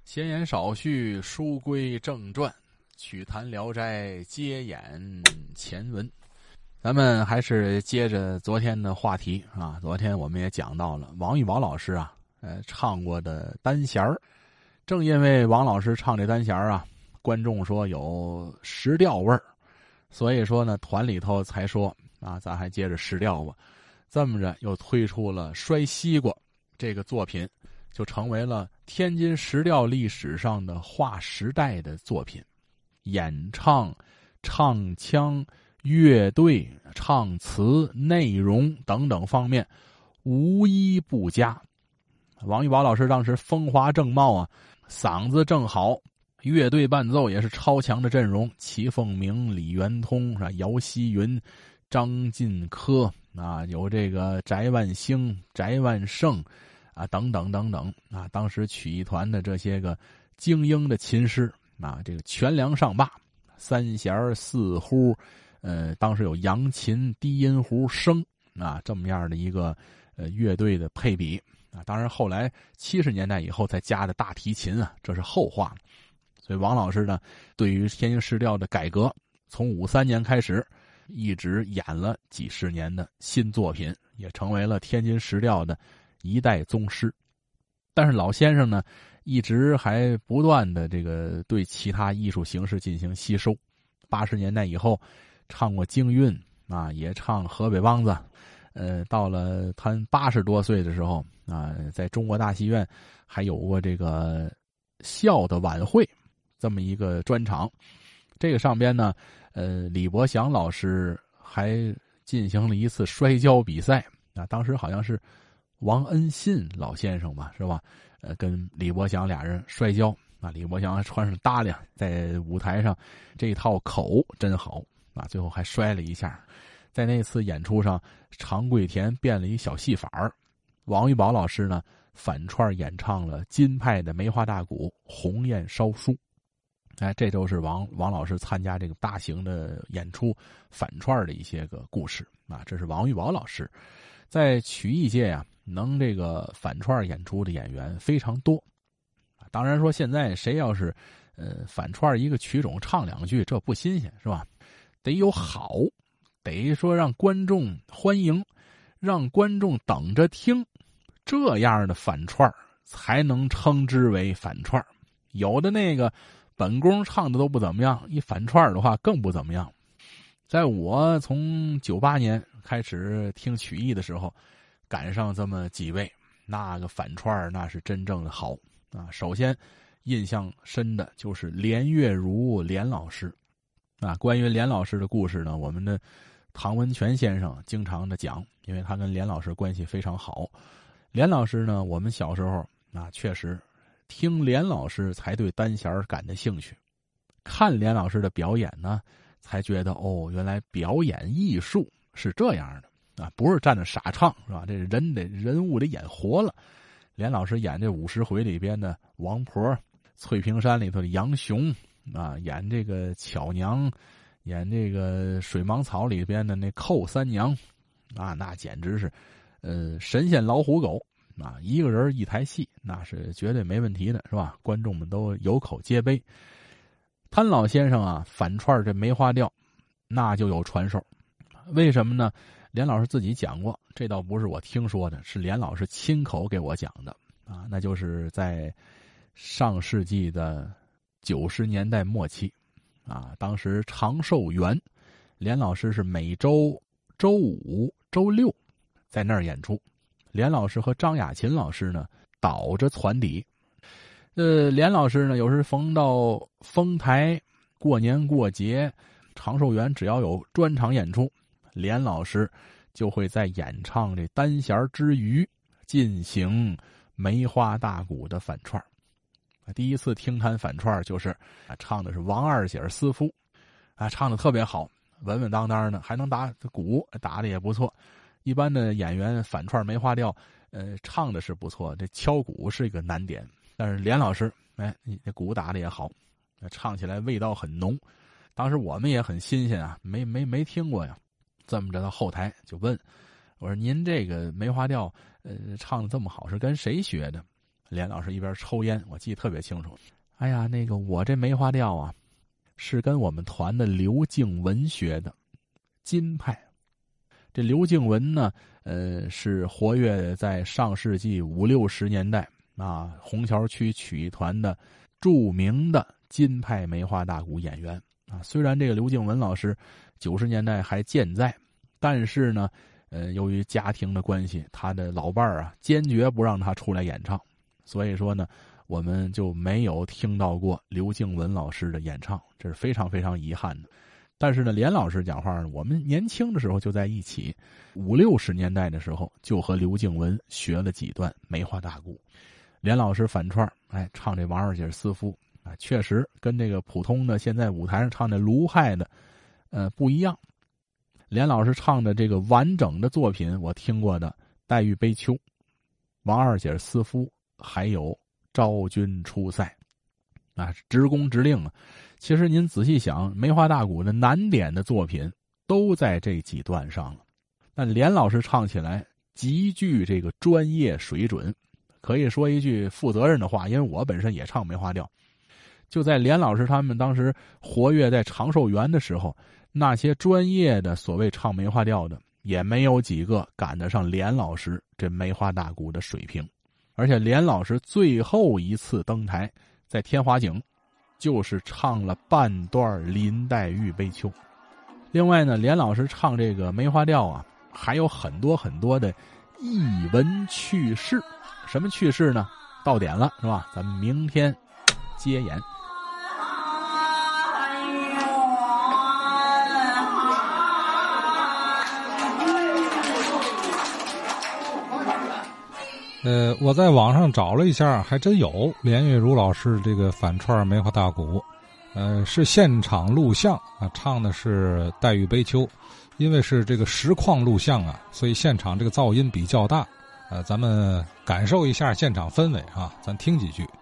闲言少叙，书归正传，曲坛聊斋接演前文。咱们还是接着昨天的话题啊，昨天我们也讲到了王玉宝老师啊，唱过的单弦儿。正因为王老师唱这单弦儿啊，观众说有实调味儿，所以说呢，团里头才说啊，咱还接着实调吧。这么着又推出了摔西瓜这个作品，就成为了天津实调历史上的划时代的作品。演唱、唱腔、乐队、唱词、内容等等方面无一不佳。王玉宝老师当时风华正茂啊，嗓子正好，乐队伴奏也是超强的阵容，齐凤鸣、李元通、姚希云、张进科啊，有这个翟万兴、翟万胜啊，等等等等啊，当时曲艺团的这些个精英的琴师啊，这个全梁上坝，三弦四胡，当时有扬琴、低音胡、笙啊，这么样的一个乐队的配比啊。当然后来70年代以后才加的大提琴啊，这是后话。所以王老师呢，对于天津实调的改革，从53年开始，一直演了几十年的新作品，也成为了天津实调的一代宗师。但是老先生呢，一直还不断的这个对其他艺术形式进行吸收。80年代以后，唱过京韵啊，也唱河北梆子。到了他80多岁的时候啊，在中国大戏院还有过这个笑的晚会这么一个专场。这个上边呢，李伯祥老师还进行了一次摔跤比赛啊，当时好像是王恩信老先生吧，是吧？跟李伯祥俩人摔跤啊，李伯祥还穿上搭量，在舞台上这套口真好啊，最后还摔了一下。在那次演出上，常贵田变了一小戏法儿，王玉宝老师呢反串演唱了金派的梅花大鼓《鸿雁烧书》。这都是王老师参加这个大型的演出反串的一些个故事啊。这是王玉宝老师在曲艺界啊，能这个反串演出的演员非常多。当然说现在谁要是反串一个曲种唱两句，这不新鲜是吧？得有好，得说让观众欢迎，让观众等着听，这样的反串才能称之为反串。有的那个本宫唱的都不怎么样，一反串的话更不怎么样。在我从98年开始听曲艺的时候，赶上这么几位，那个反串那是真正的好啊。首先印象深的就是连月如连老师啊。关于连老师的故事呢，我们的唐文全先生经常的讲，因为他跟连老师关系非常好。连老师呢，我们小时候啊，确实听连老师才对单弦感的兴趣，看连老师的表演呢，才觉得哦，原来表演艺术是这样的啊，不是站着傻唱是吧？这人物得演活了。连老师演这50回里边的王婆，翠屏山里头的杨雄啊，演这个巧娘，演这个水芒草里边的那寇三娘啊，那简直是神仙老虎狗啊，一个人一台戏，那是绝对没问题的，是吧？观众们都有口皆碑。潘老先生啊，反串这梅花调，那就有传授。为什么呢？连老师自己讲过，这倒不是我听说的，是连老师亲口给我讲的啊。那就是在上世纪的90年代末期啊，当时长寿园，连老师是每周周5、周6在那儿演出。连老师和张雅琴老师呢倒着攒底。连老师呢有时逢到丰台、过年过节，长寿园只要有专场演出，连老师就会在演唱这单弦之余进行梅花大鼓的反串。第一次听他反串就是唱的是王二姐思夫啊，唱的特别好，稳稳当当的，还能打鼓，打的也不错。一般的演员反串梅花调，唱的是不错，这敲鼓是一个难点。但是连老师，你这鼓打的也好，唱起来味道很浓。当时我们也很新鲜啊，没听过呀。这么着到后台就问我说：“您这个梅花调，唱的这么好，是跟谁学的？” 连老师一边抽烟，我记得特别清楚。哎呀，那个我这梅花调啊，是跟我们团的刘静文学的，金派。这刘静文呢，是活跃在上世纪50、60年代啊，虹桥区曲艺团的著名的金派梅花大鼓演员啊。虽然这个刘静文老师90年代还健在，但是呢，由于家庭的关系，他的老伴儿啊坚决不让他出来演唱，所以说呢，我们就没有听到过刘静文老师的演唱，这是非常非常遗憾的。但是呢，连老师讲话呢，我们年轻的时候就在一起，50、60年代的时候就和刘静文学了几段梅花大鼓。连老师反串，唱这王二姐四夫啊，确实跟这个普通的现在舞台上唱的卢害的，不一样。连老师唱的这个完整的作品，我听过的《黛玉悲秋》、王二姐四夫，还有昭君出塞，啊，直工直令啊。其实您仔细想，梅花大鼓的难点的作品都在这几段上了。但连老师唱起来极具这个专业水准，可以说一句负责任的话，因为我本身也唱梅花调。就在连老师他们当时活跃在长寿园的时候，那些专业的所谓唱梅花调的，也没有几个赶得上连老师这梅花大鼓的水平。而且连老师最后一次登台在天华井，就是唱了半段林黛玉悲秋。另外呢，连老师唱这个梅花调啊，还有很多很多的艺文趣事。什么趣事呢？到点了是吧？咱们明天接演。 我在网上找了一下，还真有连月如老师这个反串梅花大鼓，是现场录像啊，唱的是黛玉悲秋。因为是这个实况录像啊，所以现场这个噪音比较大，咱们感受一下现场氛围啊，咱听几句。